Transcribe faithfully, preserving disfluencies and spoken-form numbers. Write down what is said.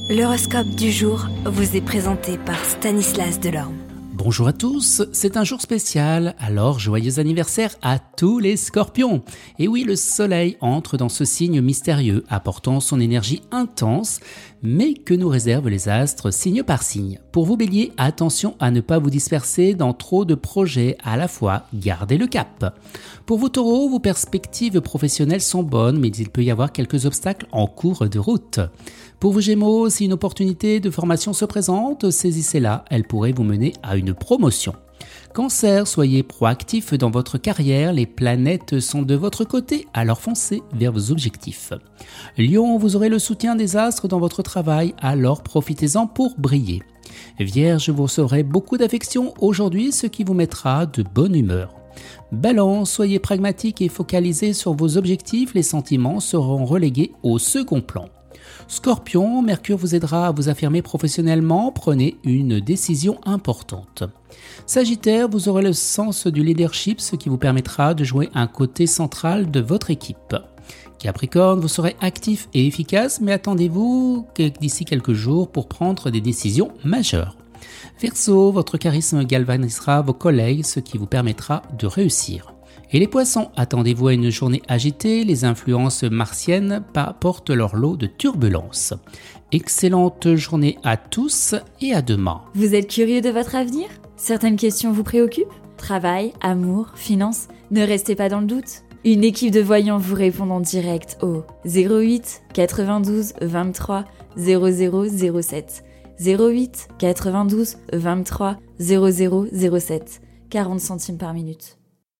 L'horoscope du jour vous est présenté par Stanislas Delorme. Bonjour à tous, c'est un jour spécial, alors joyeux anniversaire à tous les scorpions. Et oui, le soleil entre dans ce signe mystérieux, apportant son énergie intense, mais que nous réservent les astres signe par signe. Pour vous bélier, attention à ne pas vous disperser dans trop de projets à la fois, gardez le cap. Pour vous taureaux, vos perspectives professionnelles sont bonnes, mais il peut y avoir quelques obstacles en cours de route. Pour vous gémeaux, si une opportunité de formation se présente, saisissez-la, elle pourrait vous mener à une promotion. Cancer, soyez proactif dans votre carrière, les planètes sont de votre côté, alors foncez vers vos objectifs. Lion, vous aurez le soutien des astres dans votre travail, alors profitez-en pour briller. Vierge, vous recevrez beaucoup d'affection aujourd'hui, ce qui vous mettra de bonne humeur. Balance, soyez pragmatique et focalisé sur vos objectifs, les sentiments seront relégués au second plan. Scorpion, Mercure vous aidera à vous affirmer professionnellement, prenez une décision importante. Sagittaire, vous aurez le sens du leadership, ce qui vous permettra de jouer un côté central de votre équipe. Capricorne, vous serez actif et efficace, mais attendez-vous d'ici quelques jours pour prendre des décisions majeures. Verseau, votre charisme galvanisera vos collègues, ce qui vous permettra de réussir. Et les poissons, attendez-vous à une journée agitée, les influences martiennes apportent leur lot de turbulences. Excellente journée à tous et à demain. Vous êtes curieux de votre avenir ? Certaines questions vous préoccupent ? Travail, amour, finances ? Ne restez pas dans le doute. Une équipe de voyants vous répond en direct au zéro huit quatre-vingt-douze vingt-trois zéro zéro zéro sept zéro huit quatre-vingt-douze vingt-trois zéro zéro zéro sept quarante centimes par minute.